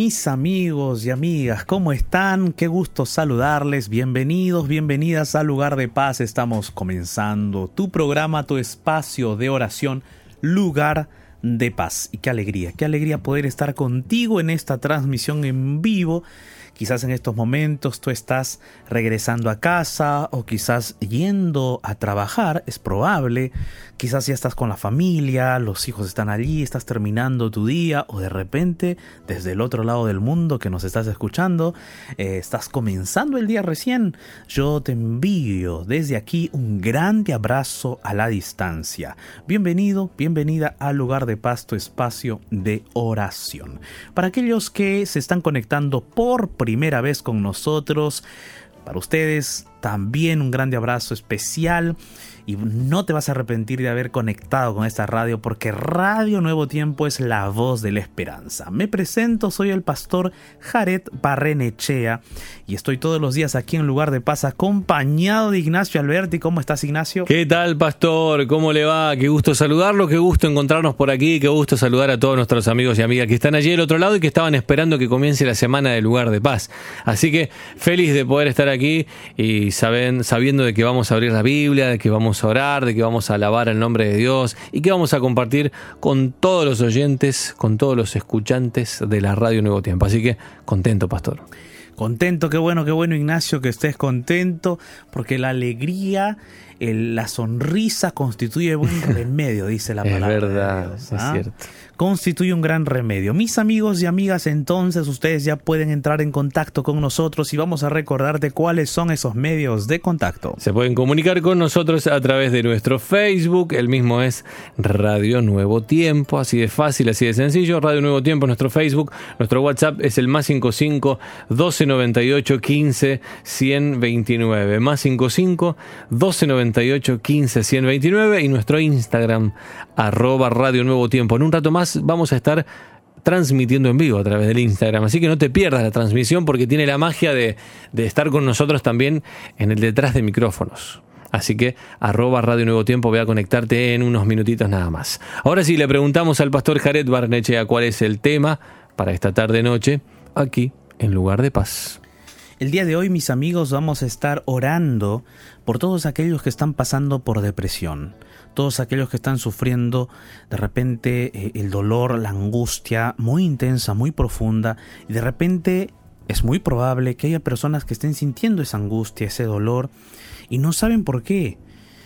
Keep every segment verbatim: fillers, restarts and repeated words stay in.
Mis amigos y amigas, ¿cómo están? Qué gusto saludarles. Bienvenidos, bienvenidas al Lugar de Paz. Estamos comenzando tu programa, tu espacio de oración, Lugar de Paz. Y qué alegría, qué alegría poder estar contigo en esta transmisión en vivo. Quizás en estos momentos tú estás regresando a casa o quizás yendo a trabajar, es probable. Quizás ya estás con la familia, los hijos están allí, estás terminando tu día o de repente desde el otro lado del mundo que nos estás escuchando, eh, estás comenzando el día recién. Yo te envío desde aquí un grande abrazo a la distancia. Bienvenido, bienvenida al Lugar de Paz, tu espacio de oración. Para aquellos que se están conectando por primera vez con nosotros, para ustedes también un grande abrazo especial. Y no te vas a arrepentir de haber conectado con esta radio, porque Radio Nuevo Tiempo es la voz de la esperanza. Me presento, soy el pastor Jared Barrenechea y estoy todos los días aquí en Lugar de Paz acompañado de Ignacio Alberti. ¿Cómo estás, Ignacio? ¿Qué tal, pastor? ¿Cómo le va? Qué gusto saludarlo, qué gusto encontrarnos por aquí, qué gusto saludar a todos nuestros amigos y amigas que están allí del otro lado y que estaban esperando que comience la semana de Lugar de Paz. Así que feliz de poder estar aquí y saben, sabiendo de que vamos a abrir la Biblia, de que vamos a orar, de que vamos a alabar el nombre de Dios y que vamos a compartir con todos los oyentes, con todos los escuchantes de la Radio Nuevo Tiempo. Así que contento, pastor. Contento, qué bueno, qué bueno, Ignacio, que estés contento, porque la alegría, el, la sonrisa constituye buen remedio, dice la palabra. Es verdad, de Dios, ¿ah? Es cierto. Constituye un gran remedio. Mis amigos y amigas, entonces ustedes ya pueden entrar en contacto con nosotros y vamos a recordarte cuáles son esos medios de contacto. Se pueden comunicar con nosotros a través de nuestro Facebook, el mismo es Radio Nuevo Tiempo, así de fácil, así de sencillo, Radio Nuevo Tiempo, nuestro Facebook. Nuestro WhatsApp es el más cincuenta y cinco, doce noventa y ocho, quince, ciento veintinueve, más cincuenta y cinco, doce noventa y ocho, quince, ciento veintinueve y nuestro Instagram, arroba Radio Nuevo Tiempo. En un rato más vamos a estar transmitiendo en vivo a través del Instagram, así que no te pierdas la transmisión porque tiene la magia de, de estar con nosotros también en el detrás de micrófonos. Así que arroba Radio Nuevo Tiempo, voy a conectarte en unos minutitos nada más. Ahora sí, le preguntamos al pastor Jared Barrenechea cuál es el tema para esta tarde-noche aquí en Lugar de Paz. El día de hoy, mis amigos, vamos a estar orando por todos aquellos que están pasando por depresión, todos aquellos que están sufriendo de repente eh, el dolor, la angustia muy intensa, muy profunda, y de repente es muy probable que haya personas que estén sintiendo esa angustia, ese dolor, y no saben por qué.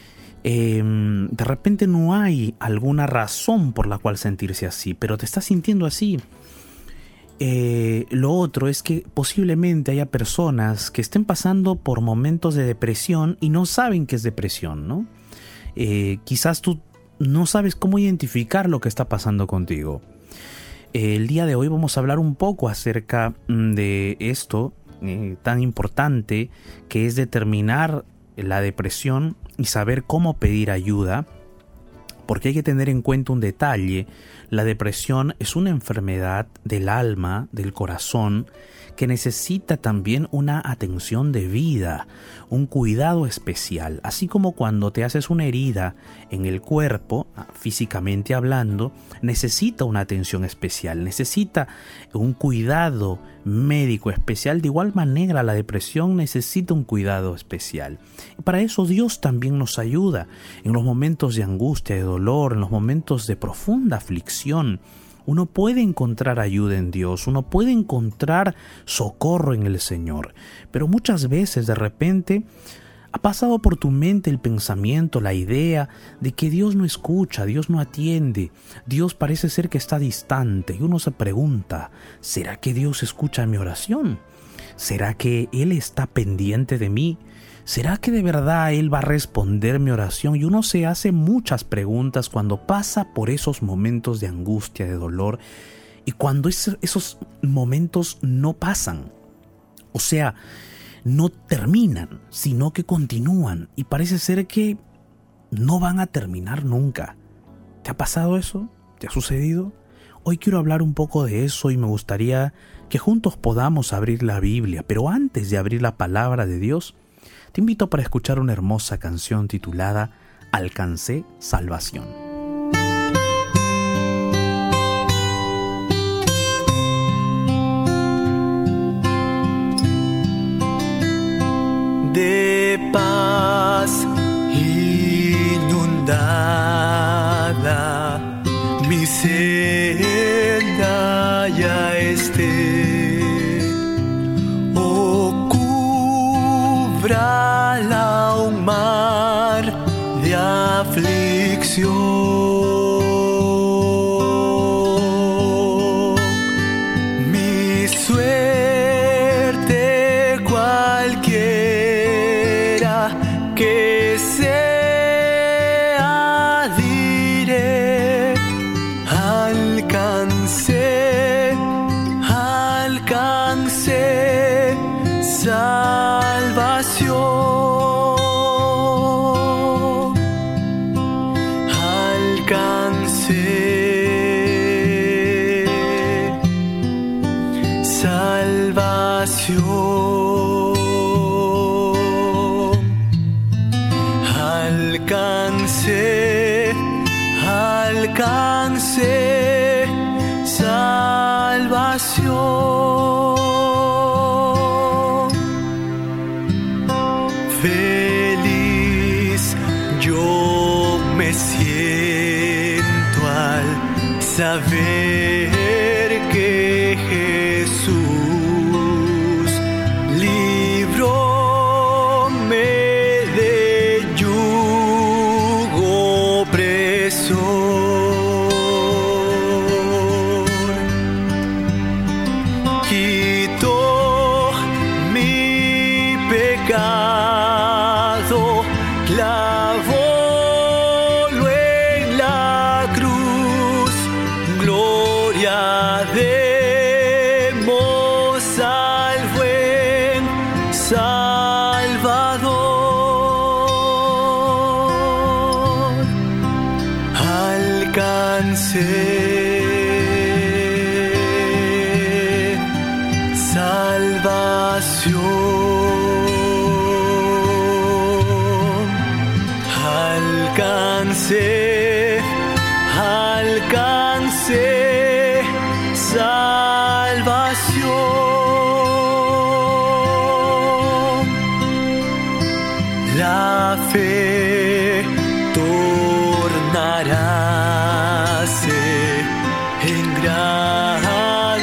Eh, de repente no hay alguna razón por la cual sentirse así, pero te estás sintiendo así. Eh, lo otro es que posiblemente haya personas que estén pasando por momentos de depresión y no saben qué es depresión, ¿no? Eh, quizás tú no sabes cómo identificar lo que está pasando contigo. Eh, el día de hoy vamos a hablar un poco acerca de esto eh, tan importante que es determinar la depresión y saber cómo pedir ayuda. Porque hay que tener en cuenta un detalle: la depresión es una enfermedad del alma, del corazón, que necesita también una atención de vida, un cuidado especial. Así como cuando te haces una herida en el cuerpo, físicamente hablando, necesita una atención especial, necesita un cuidado médico especial. De igual manera, la depresión necesita un cuidado especial. Y para eso Dios también nos ayuda en los momentos de angustia, de dolor, en los momentos de profunda aflicción. Uno puede encontrar ayuda en Dios, uno puede encontrar socorro en el Señor, pero muchas veces de repente ha pasado por tu mente el pensamiento, la idea de que Dios no escucha, Dios no atiende, Dios parece ser que está distante, y uno se pregunta: ¿será que Dios escucha mi oración? ¿Será que Él está pendiente de mí? ¿Será que de verdad Él va a responder mi oración? Y uno se hace muchas preguntas cuando pasa por esos momentos de angustia, de dolor, y cuando es, esos momentos no pasan. O sea, no terminan, sino que continúan, y parece ser que no van a terminar nunca. ¿Te ha pasado eso? ¿Te ha sucedido? Hoy quiero hablar un poco de eso y me gustaría que juntos podamos abrir la Biblia, pero antes de abrir la palabra de Dios, te invito para escuchar una hermosa canción titulada Alcancé Salvación. de paz inundada, mi senda ya esté, o cúbrala un mar de aflicción. Alcancé salvación. Feliz yo me siento al saber que Jesús libróme de yugo opresor. Alcancé, alcancé salvación. La fe tornaráse en gran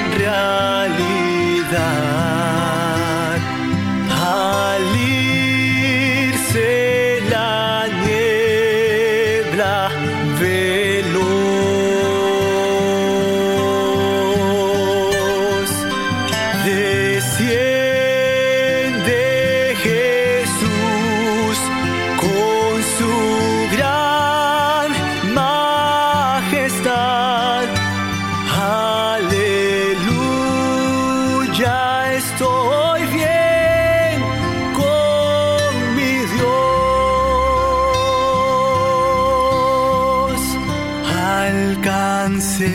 realidad al irse la veloz. Desciende Jesús con su gran majestad. Aleluya, estoy bien con mi Dios. Alcancé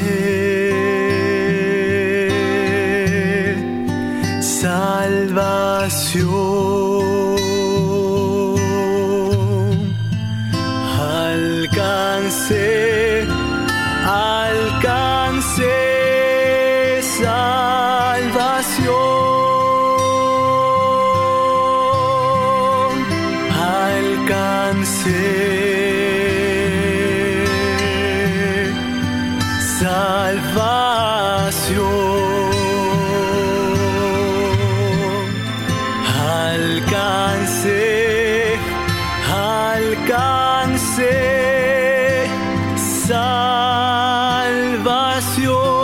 salvación. Alcancé, alcancé salvación. Alcancé salvación. Alcancé, alcancé salvación.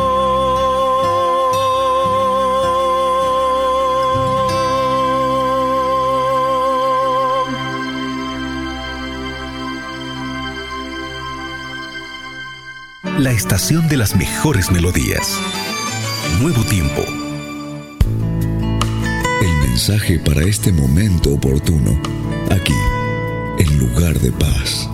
La estación de las mejores melodías. Nuevo Tiempo. El mensaje para este momento oportuno, aquí, en Lugar de Paz.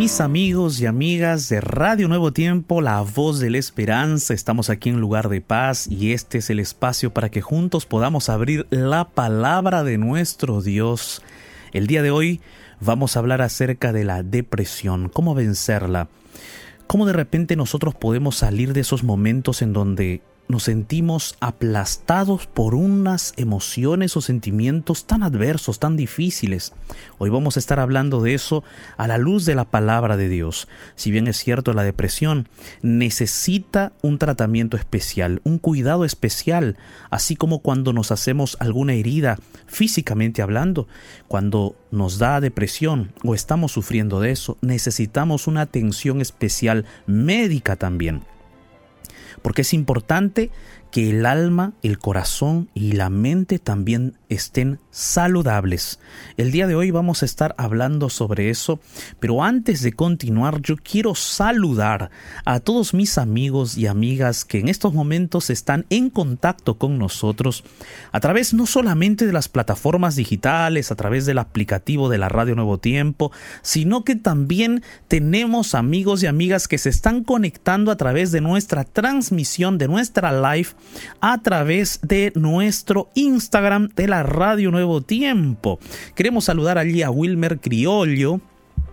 mis amigos y amigas de Radio Nuevo Tiempo, la voz de la esperanza. Estamos aquí en Lugar de Paz y este es el espacio para que juntos podamos abrir la palabra de nuestro Dios. El día de hoy vamos a hablar acerca de la depresión, cómo vencerla, cómo de repente nosotros podemos salir de esos momentos en donde nos sentimos aplastados por unas emociones o sentimientos tan adversos, tan difíciles. Hoy vamos a estar hablando de eso a la luz de la palabra de Dios. Si bien es cierto, la depresión necesita un tratamiento especial, un cuidado especial, así como cuando nos hacemos alguna herida físicamente hablando. Cuando nos da depresión o estamos sufriendo de eso, necesitamos una atención especial médica también. Porque es importante que el alma, el corazón y la mente también estén saludables. El día de hoy vamos a estar hablando sobre eso, pero antes de continuar yo quiero saludar a todos mis amigos y amigas que en estos momentos están en contacto con nosotros a través no solamente de las plataformas digitales, a través del aplicativo de la Radio Nuevo Tiempo, sino que también tenemos amigos y amigas que se están conectando a través de nuestra transmisión, de nuestra live, a través de nuestro Instagram de la Radio Nuevo Tiempo. Queremos saludar allí a Wilmer Criollo,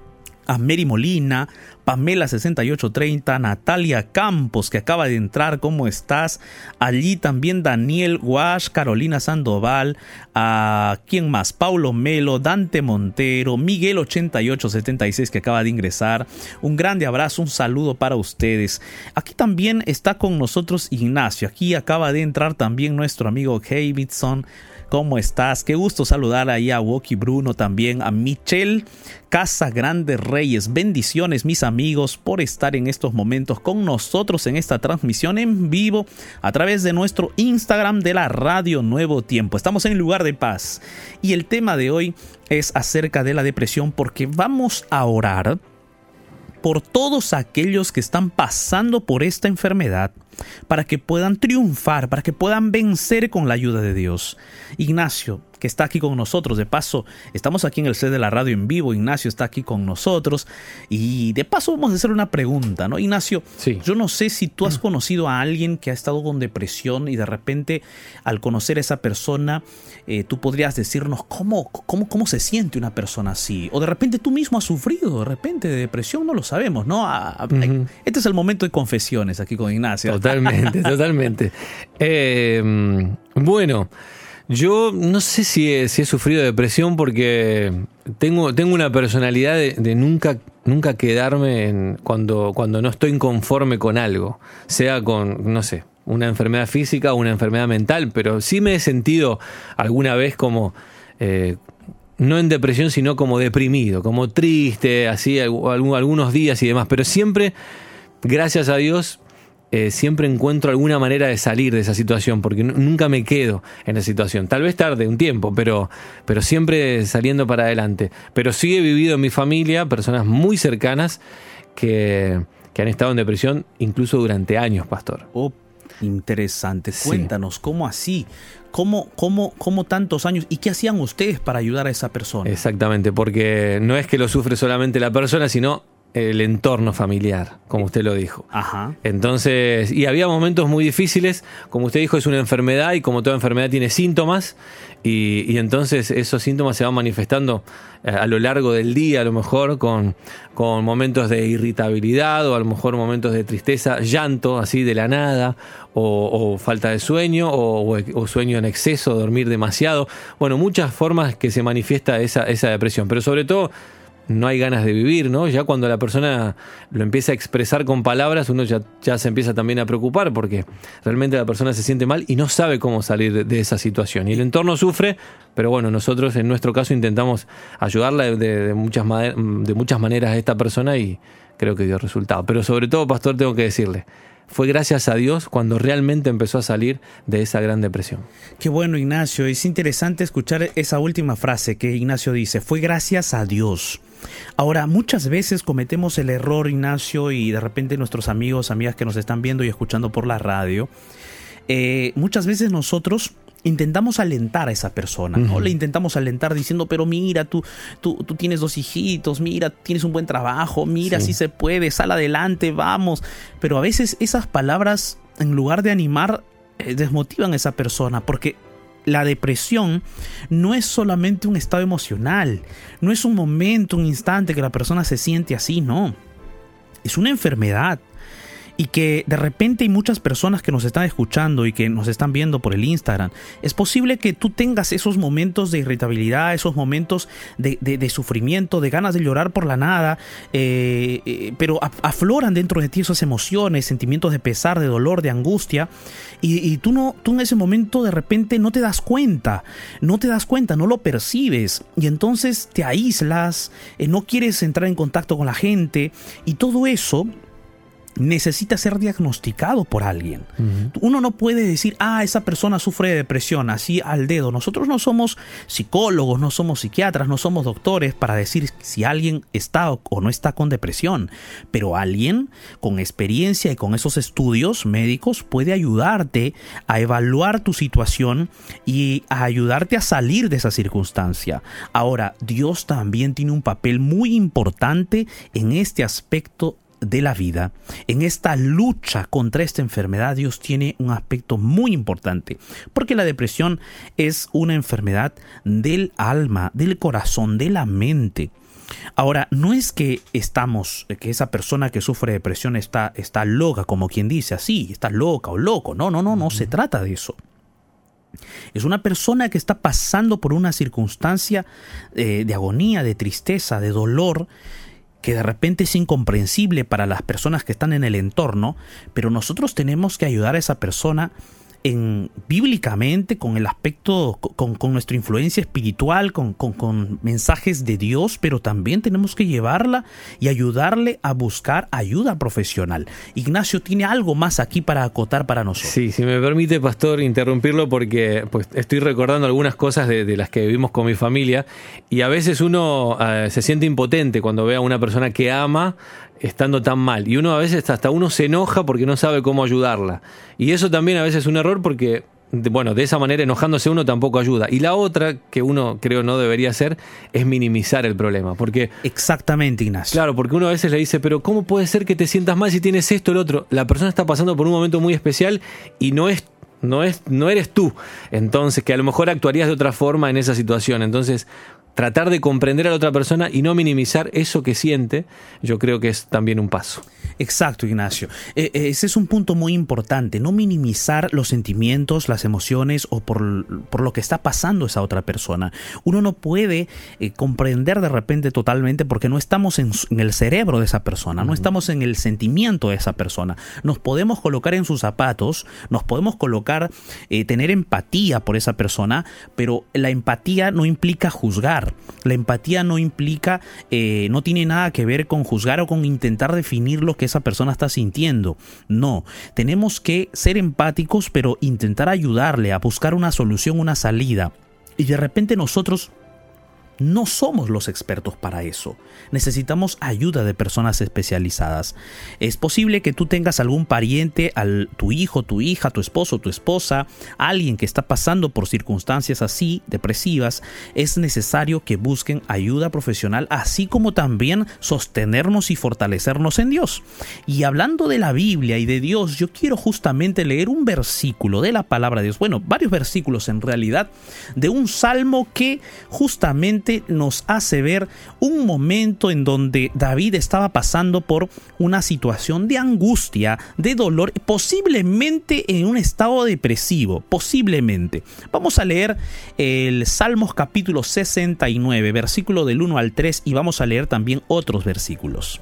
a Mary Molina, Pamela sesenta y ocho treinta, Natalia Campos, que acaba de entrar, ¿cómo estás? Allí también Daniel Guash, Carolina Sandoval, a ¿quién más? Paulo Melo, Dante Montero, Miguel ochenta y ocho setenta y seis, que acaba de ingresar. Un grande abrazo, un saludo para ustedes. Aquí también está con nosotros Ignacio. Aquí acaba de entrar también nuestro amigo Davidson. ¿Cómo estás? Qué gusto saludar ahí a Woki Bruno, también a Michelle Casa Grande Reyes. Bendiciones, mis amigos, por estar en estos momentos con nosotros en esta transmisión en vivo a través de nuestro Instagram de la Radio Nuevo Tiempo. Estamos en Lugar de Paz y el tema de hoy es acerca de la depresión, porque vamos a orar por todos aquellos que están pasando por esta enfermedad, para que puedan triunfar, para que puedan vencer con la ayuda de Dios. Ignacio, que está aquí con nosotros, de paso, estamos aquí en el set de la radio en vivo, Ignacio está aquí con nosotros, y de paso vamos a hacer una pregunta, ¿no? Ignacio, sí. Yo no sé si tú has conocido a alguien que ha estado con depresión y de repente al conocer a esa persona, eh, tú podrías decirnos cómo, cómo, cómo se siente una persona así, o de repente tú mismo has sufrido de repente de depresión, no lo sabemos, ¿no? A, a, uh-huh. Este es el momento de confesiones aquí con Ignacio. Totalmente, totalmente. Eh, bueno, yo no sé si he, si he sufrido depresión porque tengo, tengo una personalidad de, de nunca, nunca quedarme en, cuando, cuando no estoy conforme con algo, sea con, no sé, una enfermedad física o una enfermedad mental, pero sí me he sentido alguna vez como... Eh, no en depresión, sino como deprimido, como triste, así algunos días y demás, pero siempre, gracias a Dios, Eh, siempre encuentro alguna manera de salir de esa situación, porque n- nunca me quedo en esa situación. Tal vez tarde un tiempo, pero, pero siempre saliendo para adelante. Pero sí he vivido en mi familia personas muy cercanas que, que han estado en depresión incluso durante años, pastor. Oh, interesante. Cuéntanos, sí. ¿Cómo así? ¿Cómo, cómo, ¿Cómo tantos años? ¿Y qué hacían ustedes para ayudar a esa persona? Exactamente, porque no es que lo sufre solamente la persona, sino el entorno familiar, como usted lo dijo. Ajá. Entonces, y había momentos muy difíciles, como usted dijo, es una enfermedad y como toda enfermedad tiene síntomas y, y entonces esos síntomas se van manifestando a lo largo del día, a lo mejor con, con momentos de irritabilidad o a lo mejor momentos de tristeza, llanto así de la nada o, o falta de sueño o, o sueño en exceso, dormir demasiado. Bueno, muchas formas que se manifiesta esa, esa depresión, pero sobre todo no hay ganas de vivir, ¿no? Ya cuando la persona lo empieza a expresar con palabras, uno ya, ya se empieza también a preocupar porque realmente la persona se siente mal y no sabe cómo salir de, de esa situación. Y el entorno sufre, pero bueno, nosotros en nuestro caso intentamos ayudarla de, de, de, muchas, de muchas maneras a esta persona y creo que dio resultado. Pero sobre todo, pastor, tengo que decirle, fue gracias a Dios cuando realmente empezó a salir de esa gran depresión. Qué bueno, Ignacio. Es interesante escuchar esa última frase que Ignacio dice, fue gracias a Dios. Ahora, muchas veces cometemos el error, Ignacio, y de repente nuestros amigos, amigas que nos están viendo y escuchando por la radio, eh, muchas veces nosotros intentamos alentar a esa persona, ¿no? Uh-huh. Le intentamos alentar diciendo, pero mira, tú, tú, tú tienes dos hijitos, mira, tienes un buen trabajo, mira, sí. sí se puede, sal adelante, vamos. Pero a veces esas palabras, en lugar de animar, eh, desmotivan a esa persona, porque la depresión no es solamente un estado emocional, no es un momento, un instante que la persona se siente así, no. Es una enfermedad. Y que de repente hay muchas personas que nos están escuchando y que nos están viendo por el Instagram. Es posible que tú tengas esos momentos de irritabilidad, esos momentos de, de, de sufrimiento, de ganas de llorar por la nada, eh, eh, pero afloran dentro de ti esas emociones, sentimientos de pesar, de dolor, de angustia, y, y tú, no, tú en ese momento de repente no te das cuenta, no te das cuenta, no lo percibes, y entonces te aíslas, eh, no quieres entrar en contacto con la gente, y todo eso necesita ser diagnosticado por alguien. Uh-huh. Uno no puede decir, ah, esa persona sufre de depresión, así al dedo. Nosotros no somos psicólogos, no somos psiquiatras, no somos doctores para decir si alguien está o no está con depresión. Pero alguien con experiencia y con esos estudios médicos puede ayudarte a evaluar tu situación y a ayudarte a salir de esa circunstancia. Ahora, Dios también tiene un papel muy importante en este aspecto de la vida. En esta lucha contra esta enfermedad, Dios tiene un aspecto muy importante, porque la depresión es una enfermedad del alma, del corazón, de la mente. Ahora, no es que estamos, que esa persona que sufre depresión está, está loca, como quien dice así, está loca o loco. No, no, no, no se trata de eso. Es una persona que está pasando por una circunstancia eh, de agonía, de tristeza, de dolor, que de repente es incomprensible para las personas que están en el entorno, pero nosotros tenemos que ayudar a esa persona en, bíblicamente, con el aspecto, con, con nuestra influencia espiritual, con, con, con mensajes de Dios, pero también tenemos que llevarla y ayudarle a buscar ayuda profesional. Ignacio tiene algo más aquí para acotar para nosotros. Sí, si me permite, pastor, interrumpirlo, porque pues, estoy recordando algunas cosas de, de las que vivimos con mi familia, y a veces uno uh, se siente impotente cuando ve a una persona que ama estando tan mal, y uno a veces hasta uno se enoja porque no sabe cómo ayudarla, y eso también a veces es un error, porque bueno, de esa manera enojándose uno tampoco ayuda. Y la otra que uno creo no debería hacer es minimizar el problema, porque exactamente, Ignacio. Claro, porque uno a veces le dice, pero ¿cómo puede ser que te sientas mal si tienes esto o el otro? La persona está pasando por un momento muy especial y no es no es no eres tú, entonces que a lo mejor actuarías de otra forma en esa situación. Entonces, tratar de comprender a la otra persona y no minimizar eso que siente, yo creo que es también un paso. Exacto, Ignacio. Eh, ese es un punto muy importante, no minimizar los sentimientos, las emociones o por, por lo que está pasando esa otra persona. Uno no puede eh, comprender de repente totalmente porque no estamos en, en el cerebro de esa persona, no estamos en el sentimiento de esa persona. Nos podemos colocar en sus zapatos, nos podemos colocar, eh, tener empatía por esa persona, pero la empatía no implica juzgar. La empatía no implica, eh, no tiene nada que ver con juzgar o con intentar definir lo que esa persona está sintiendo. No, tenemos que ser empáticos, pero intentar ayudarle a buscar una solución, una salida. Y de repente nosotros no somos los expertos para eso. Necesitamos ayuda de personas especializadas. Es posible que tú tengas algún pariente, al, tu hijo, tu hija, tu esposo, tu esposa, alguien que está pasando por circunstancias así, depresivas. Es necesario que busquen ayuda profesional, así como también sostenernos y fortalecernos en Dios. Y hablando de la Biblia y de Dios, yo quiero justamente leer un versículo de la palabra de Dios. Bueno, varios versículos en realidad, de un salmo que justamente nos hace ver un momento en donde David estaba pasando por una situación de angustia, de dolor, posiblemente en un estado depresivo, posiblemente. Vamos a leer el Salmos capítulo sesenta y nueve, versículo del uno al tres, y vamos a leer también otros versículos.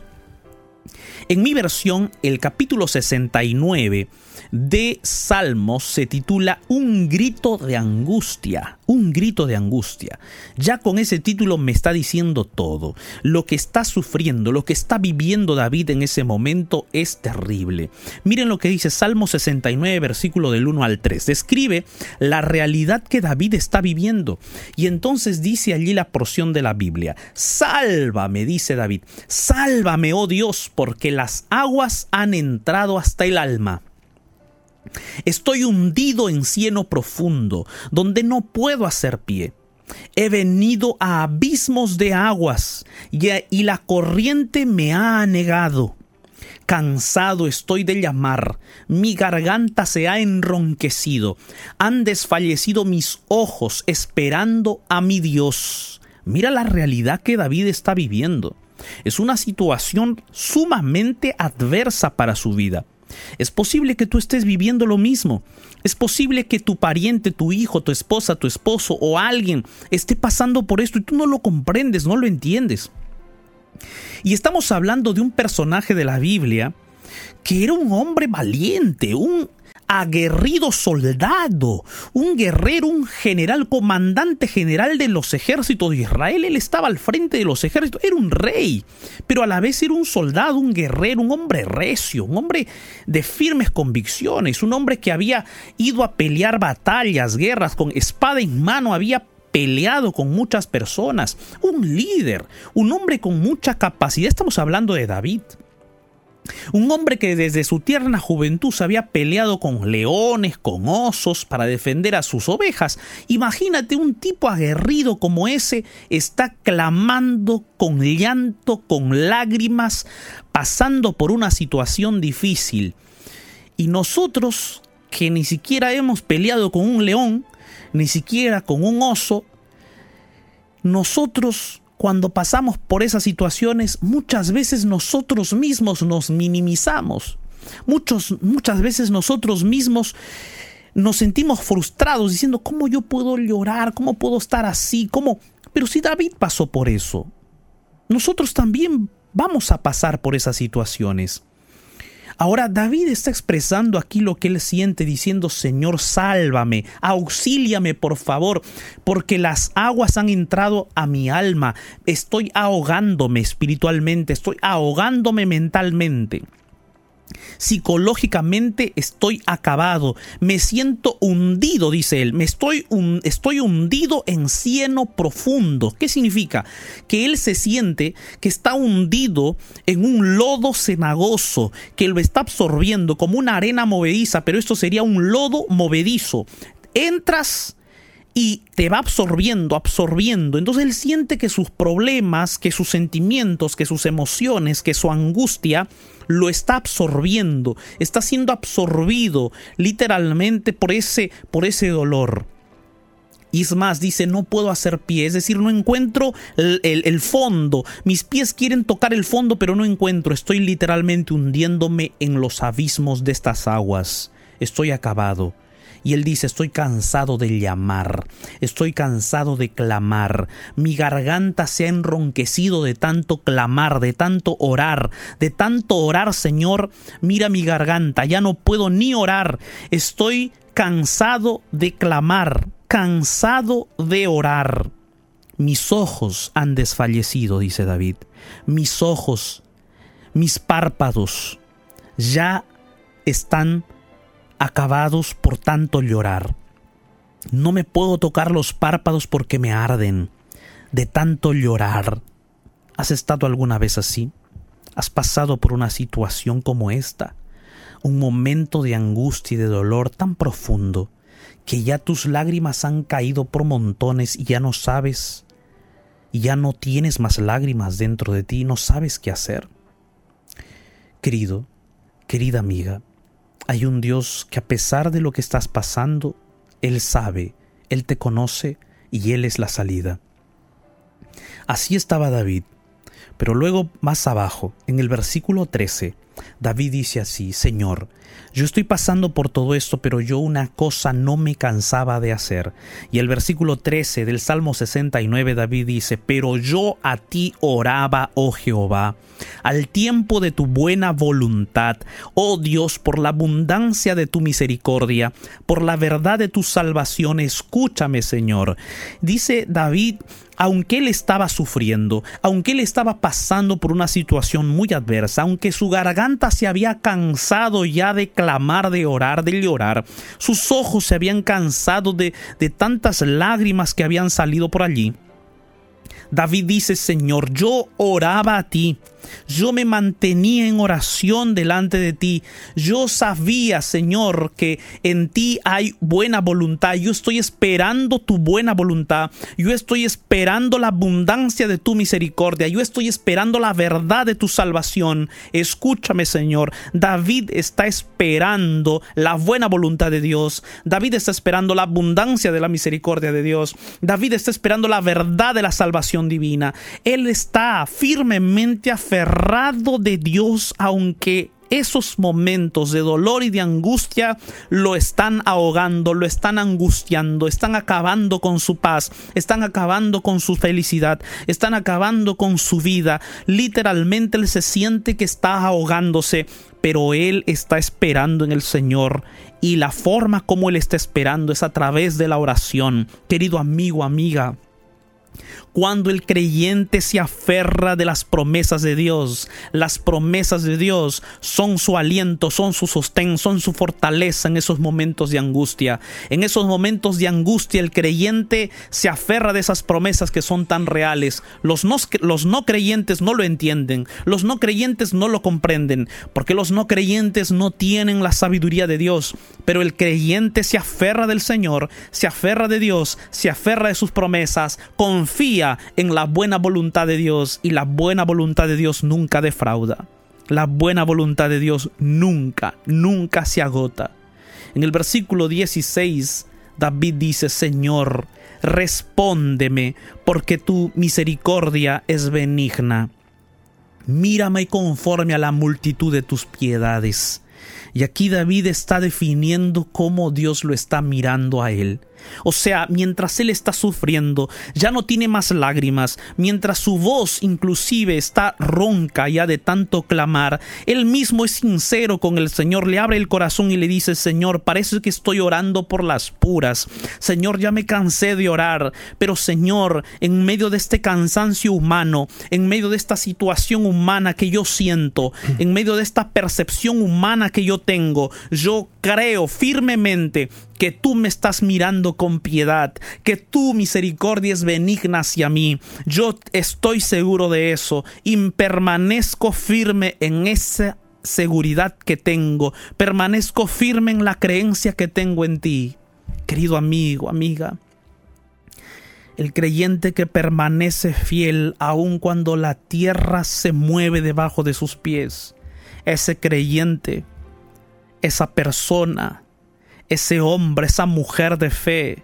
En mi versión, el capítulo sesenta y nueve de Salmos se titula Un grito de angustia, un grito de angustia. Ya con ese título me está diciendo todo. Lo que está sufriendo, lo que está viviendo David en ese momento es terrible. Miren lo que dice Salmo sesenta y nueve, versículo del uno al tres. Describe la realidad que David está viviendo. Y entonces dice allí la porción de la Biblia: Sálvame, dice David, sálvame, oh Dios, porque las aguas han entrado hasta el alma. Estoy hundido en cieno profundo, donde no puedo hacer pie. He venido a abismos de aguas, y, y la corriente me ha anegado. Cansado estoy de llamar, mi garganta se ha enronquecido, han desfallecido mis ojos esperando a mi Dios. Mira la realidad que David está viviendo. Es una situación sumamente adversa para su vida. Es posible que tú estés viviendo lo mismo. Es posible que tu pariente, tu hijo, tu esposa, tu esposo o alguien esté pasando por esto y tú no lo comprendes, no lo entiendes. Y estamos hablando de un personaje de la Biblia que era un hombre valiente, un aguerrido soldado, un guerrero, un general, comandante general de los ejércitos de Israel. Él estaba al frente de los ejércitos, era un rey, pero a la vez era un soldado, un guerrero, un hombre recio, un hombre de firmes convicciones, un hombre que había ido a pelear batallas, guerras, con espada en mano, había peleado con muchas personas, un líder, un hombre con mucha capacidad. Estamos hablando de David. Un hombre que desde su tierna juventud se había peleado con leones, con osos para defender a sus ovejas. Imagínate, un tipo aguerrido como ese está clamando con llanto, con lágrimas, pasando por una situación difícil. Y nosotros, que ni siquiera hemos peleado con un león, ni siquiera con un oso, nosotros, cuando pasamos por esas situaciones, muchas veces nosotros mismos nos minimizamos. Muchos, muchas veces nosotros mismos nos sentimos frustrados diciendo, ¿cómo yo puedo llorar? ¿Cómo puedo estar así? ¿Cómo? Pero si David pasó por eso, nosotros también vamos a pasar por esas situaciones. Ahora David está expresando aquí lo que él siente, diciendo, Señor, sálvame, auxíliame por favor, porque las aguas han entrado a mi alma, estoy ahogándome espiritualmente, estoy ahogándome mentalmente. Psicológicamente estoy acabado, me siento hundido, dice él, me estoy, un, estoy hundido en cieno profundo. ¿Qué significa? Que él se siente que está hundido en un lodo cenagoso, que lo está absorbiendo como una arena movediza, pero esto sería un lodo movedizo. Entras y te va absorbiendo, absorbiendo. Entonces él siente que sus problemas, que sus sentimientos, que sus emociones, que su angustia lo está absorbiendo, está siendo absorbido literalmente por ese, por ese dolor. Y es más, dice, no puedo hacer pie, es decir, no encuentro el, el, el fondo. Mis pies quieren tocar el fondo, pero no encuentro. Estoy literalmente hundiéndome en los abismos de estas aguas. Estoy acabado. Y él dice, estoy cansado de llamar, estoy cansado de clamar. Mi garganta se ha enronquecido de tanto clamar, de tanto orar, de tanto orar, Señor. Mira mi garganta, ya no puedo ni orar. Estoy cansado de clamar, cansado de orar. Mis ojos han desfallecido, dice David. Mis ojos, mis párpados ya están acabados por tanto llorar. No me puedo tocar los párpados porque me arden de tanto llorar. ¿Has estado alguna vez así? ¿Has pasado por una situación como esta? Un momento de angustia y de dolor tan profundo que ya tus lágrimas han caído por montones y ya no sabes, y ya no tienes más lágrimas dentro de ti, no sabes qué hacer. Querido, querida amiga, hay un Dios que a pesar de lo que estás pasando, Él sabe, Él te conoce y Él es la salida. Así estaba David, pero luego más abajo, en el versículo trece, David dice así, Señor, yo estoy pasando por todo esto, pero yo una cosa no me cansaba de hacer. Y el versículo trece del Salmo sesenta y nueve, David dice, pero yo a ti oraba, oh Jehová, al tiempo de tu buena voluntad, oh Dios, por la abundancia de tu misericordia, por la verdad de tu salvación, escúchame, Señor. Dice David, aunque él estaba sufriendo, aunque él estaba pasando por una situación muy adversa, aunque su garganta se había cansado ya de clamar, de orar, de llorar, sus ojos se habían cansado de, de tantas lágrimas que habían salido por allí, David dice, Señor, yo oraba a ti. Yo me mantenía en oración delante de ti. Yo sabía, Señor, que en ti hay buena voluntad. Yo estoy esperando tu buena voluntad. Yo estoy esperando la abundancia de tu misericordia. Yo estoy esperando la verdad de tu salvación. Escúchame, Señor. David está esperando la buena voluntad de Dios. David está esperando la abundancia de la misericordia de Dios. David está esperando la verdad de la salvación divina. Él está firmemente aferrado Aferrado de Dios, aunque esos momentos de dolor y de angustia lo están ahogando, lo están angustiando, están acabando con su paz, están acabando con su felicidad, están acabando con su vida. Literalmente él se siente que está ahogándose, pero él está esperando en el Señor. Y la forma como él está esperando es a través de la oración. Querido amigo, amiga, cuando el creyente se aferra de las promesas de Dios, las promesas de Dios son su aliento, son su sostén, son su fortaleza en esos momentos de angustia. En esos momentos de angustia el creyente se aferra de esas promesas que son tan reales. Los no, los no creyentes no lo entienden, los no creyentes no lo comprenden, porque los no creyentes no tienen la sabiduría de Dios. Pero el creyente se aferra del Señor, se aferra de Dios, se aferra de sus promesas, confía en la buena voluntad de Dios, y la buena voluntad de Dios nunca defrauda. La buena voluntad de Dios nunca, nunca se agota. En el versículo dieciséis, David dice, Señor, respóndeme, porque tu misericordia es benigna. Mírame conforme a la multitud de tus piedades. Y aquí David está definiendo cómo Dios lo está mirando a él. O sea, mientras él está sufriendo, ya no tiene más lágrimas, mientras su voz inclusive está ronca ya de tanto clamar, él mismo es sincero con el Señor, le abre el corazón y le dice, Señor, parece que estoy orando por las puras. Señor, ya me cansé de orar, pero Señor, en medio de este cansancio humano, en medio de esta situación humana que yo siento, en medio de esta percepción humana que yo tengo, yo creo firmemente que tú me estás mirando con piedad, que tu misericordia es benigna hacia mí. Yo estoy seguro de eso y permanezco firme en esa seguridad que tengo, permanezco firme en la creencia que tengo en ti. Querido amigo, amiga, el creyente que permanece fiel aun cuando la tierra se mueve debajo de sus pies, ese creyente, esa persona, ese hombre, esa mujer de fe,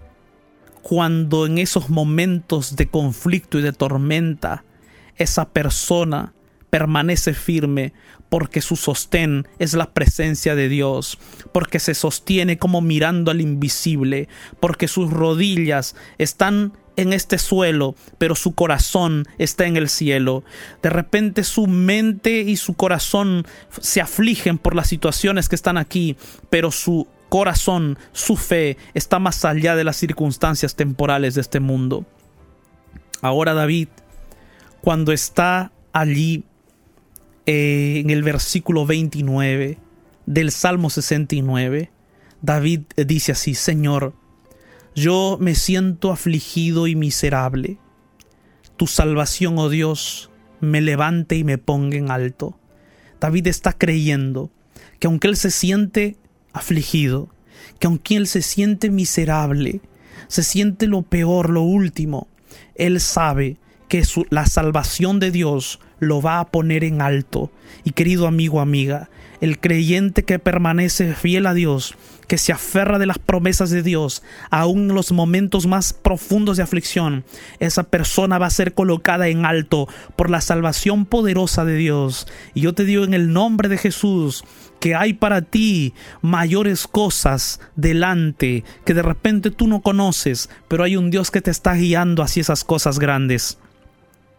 cuando en esos momentos de conflicto y de tormenta, esa persona permanece firme porque su sostén es la presencia de Dios, porque se sostiene como mirando al invisible, porque sus rodillas están en este suelo, pero su corazón está en el cielo. De repente su mente y su corazón se afligen por las situaciones que están aquí, pero su corazón, su fe está más allá de las circunstancias temporales de este mundo. Ahora David, cuando está allí eh, en el versículo veintinueve del Salmo sesenta y nueve, David dice así, Señor, yo me siento afligido y miserable. Tu salvación, oh Dios, me levante y me ponga en alto. David está creyendo que aunque él se siente afligido, que aunque él se siente miserable, se siente lo peor, lo último, él sabe que su, la salvación de Dios lo va a poner en alto. Y querido amigo, amiga, el creyente que permanece fiel a Dios, que se aferra de las promesas de Dios, aún en los momentos más profundos de aflicción, esa persona va a ser colocada en alto por la salvación poderosa de Dios. Y yo te digo en el nombre de Jesús, que hay para ti mayores cosas delante que de repente tú no conoces, pero hay un Dios que te está guiando hacia esas cosas grandes.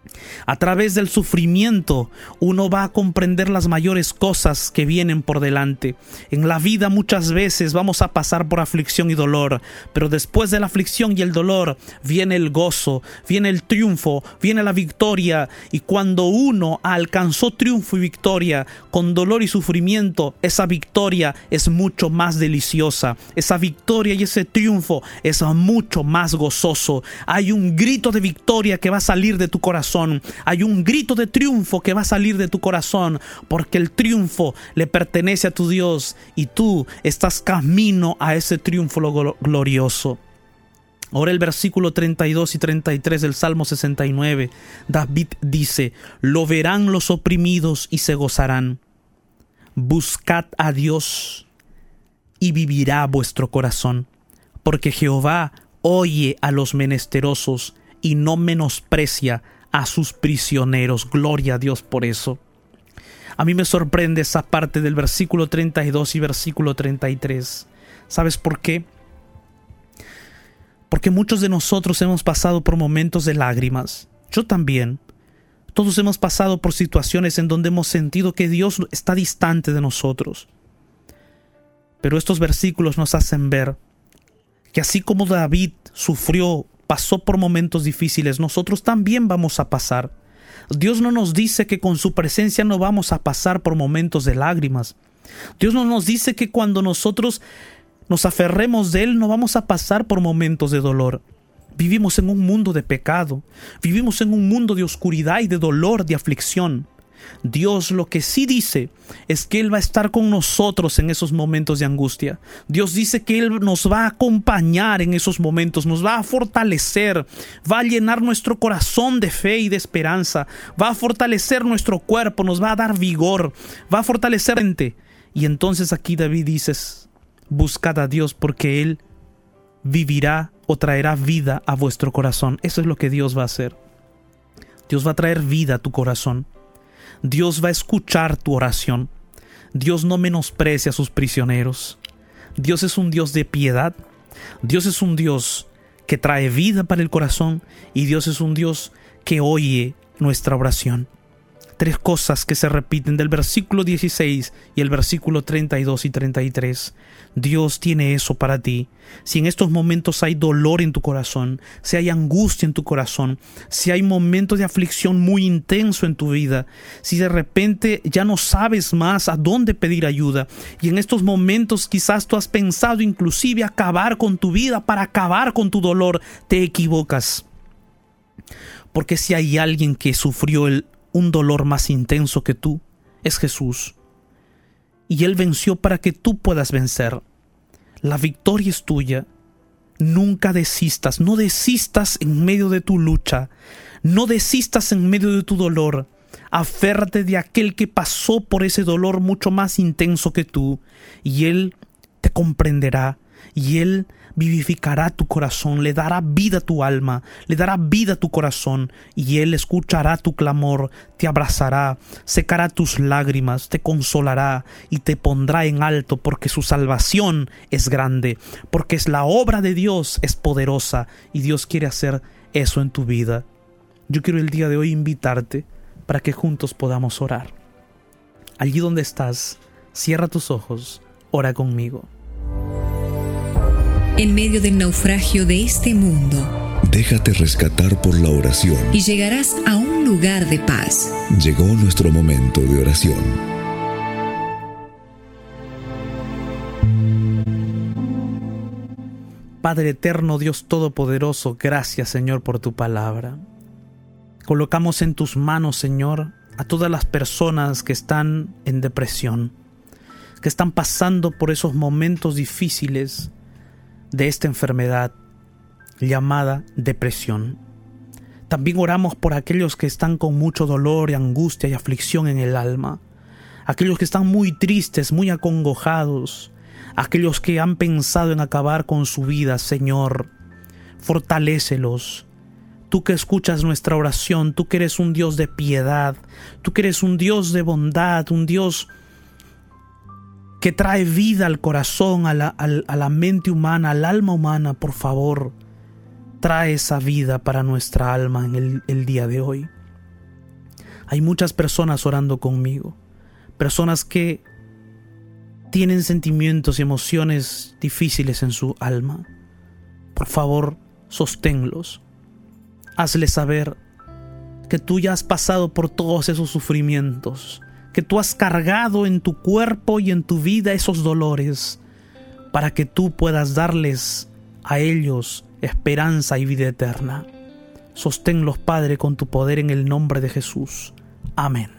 A través del sufrimiento uno va a comprender las mayores cosas que vienen por delante. En la vida muchas veces vamos a pasar por aflicción y dolor, pero después de la aflicción y el dolor viene el gozo, viene el triunfo, viene la victoria. Y cuando uno alcanzó triunfo y victoria con dolor y sufrimiento, esa victoria es mucho más deliciosa. Esa victoria y ese triunfo es mucho más gozoso. Hay un grito de victoria que va a salir de tu corazón. Hay un grito de triunfo que va a salir de tu corazón, porque el triunfo le pertenece a tu Dios y tú estás camino a ese triunfo glorioso. Ahora el versículo treinta y dos y treinta y tres del Salmo sesenta y nueve, David dice: lo verán los oprimidos y se gozarán. Buscad a Dios y vivirá vuestro corazón, porque Jehová oye a los menesterosos y no menosprecia a sus prisioneros. Gloria a Dios por eso. A mí me sorprende esa parte del versículo treinta y dos y versículo treinta y tres. ¿Sabes por qué? Porque muchos de nosotros hemos pasado por momentos de lágrimas. Yo también. Todos hemos pasado por situaciones en donde hemos sentido que Dios está distante de nosotros. Pero estos versículos nos hacen ver que así como David sufrió, pasó por momentos difíciles, nosotros también vamos a pasar. Dios no nos dice que con su presencia no vamos a pasar por momentos de lágrimas. Dios no nos dice que cuando nosotros nos aferremos de Él no vamos a pasar por momentos de dolor. Vivimos en un mundo de pecado, vivimos en un mundo de oscuridad y de dolor, de aflicción. Dios lo que sí dice es que Él va a estar con nosotros en esos momentos de angustia. Dios dice que Él nos va a acompañar en esos momentos, nos va a fortalecer, va a llenar nuestro corazón de fe y de esperanza, va a fortalecer nuestro cuerpo, nos va a dar vigor, va a fortalecer la mente. Y entonces aquí David dice: buscad a Dios porque Él vivirá o traerá vida a vuestro corazón. Eso es lo que Dios va a hacer. Dios va a traer vida a tu corazón. Dios va a escuchar tu oración. Dios no menosprecia a sus prisioneros. Dios es un Dios de piedad. Dios es un Dios que trae vida para el corazón. Y Dios es un Dios que oye nuestra oración. Tres cosas que se repiten del versículo dieciséis y el versículo treinta y dos y treinta y tres. Dios tiene eso para ti. Si en estos momentos hay dolor en tu corazón, si hay angustia en tu corazón, si hay momentos de aflicción muy intenso en tu vida, si de repente ya no sabes más a dónde pedir ayuda, y en estos momentos quizás tú has pensado inclusive acabar con tu vida para acabar con tu dolor, te equivocas. Porque si hay alguien que sufrió el un dolor más intenso que tú, es Jesús. Y Él venció para que tú puedas vencer. La victoria es tuya. Nunca desistas, no desistas en medio de tu lucha. No desistas en medio de tu dolor. Aférrate de aquel que pasó por ese dolor mucho más intenso que tú. Y Él te comprenderá. Y Él vivificará tu corazón, le dará vida a tu alma, le dará vida a tu corazón, y Él escuchará tu clamor, te abrazará, secará tus lágrimas, te consolará y te pondrá en alto, porque su salvación es grande, porque es la obra de Dios, es poderosa, y Dios quiere hacer eso en tu vida. Yo quiero el día de hoy invitarte para que juntos podamos orar. Allí donde estás, cierra tus ojos, ora conmigo. En medio del naufragio de este mundo, déjate rescatar por la oración. Y llegarás a un lugar de paz. Llegó nuestro momento de oración. Padre eterno, Dios todopoderoso, gracias, Señor, por tu palabra. Colocamos en tus manos, Señor, a todas las personas que están en depresión, que están pasando por esos momentos difíciles de esta enfermedad llamada depresión. También oramos por aquellos que están con mucho dolor y angustia y aflicción en el alma, aquellos que están muy tristes, muy acongojados, aquellos que han pensado en acabar con su vida. Señor, fortalécelos. Tú que escuchas nuestra oración, tú que eres un Dios de piedad, tú que eres un Dios de bondad, un Dios que trae vida al corazón, a la, a la mente humana, al alma humana. Por favor, trae esa vida para nuestra alma en el, el día de hoy. Hay muchas personas orando conmigo, personas que tienen sentimientos y emociones difíciles en su alma. Por favor, sosténlos. Hazles saber que tú ya has pasado por todos esos sufrimientos, que tú has cargado en tu cuerpo y en tu vida esos dolores, para que tú puedas darles a ellos esperanza y vida eterna. Sosténlos, Padre, con tu poder en el nombre de Jesús. Amén.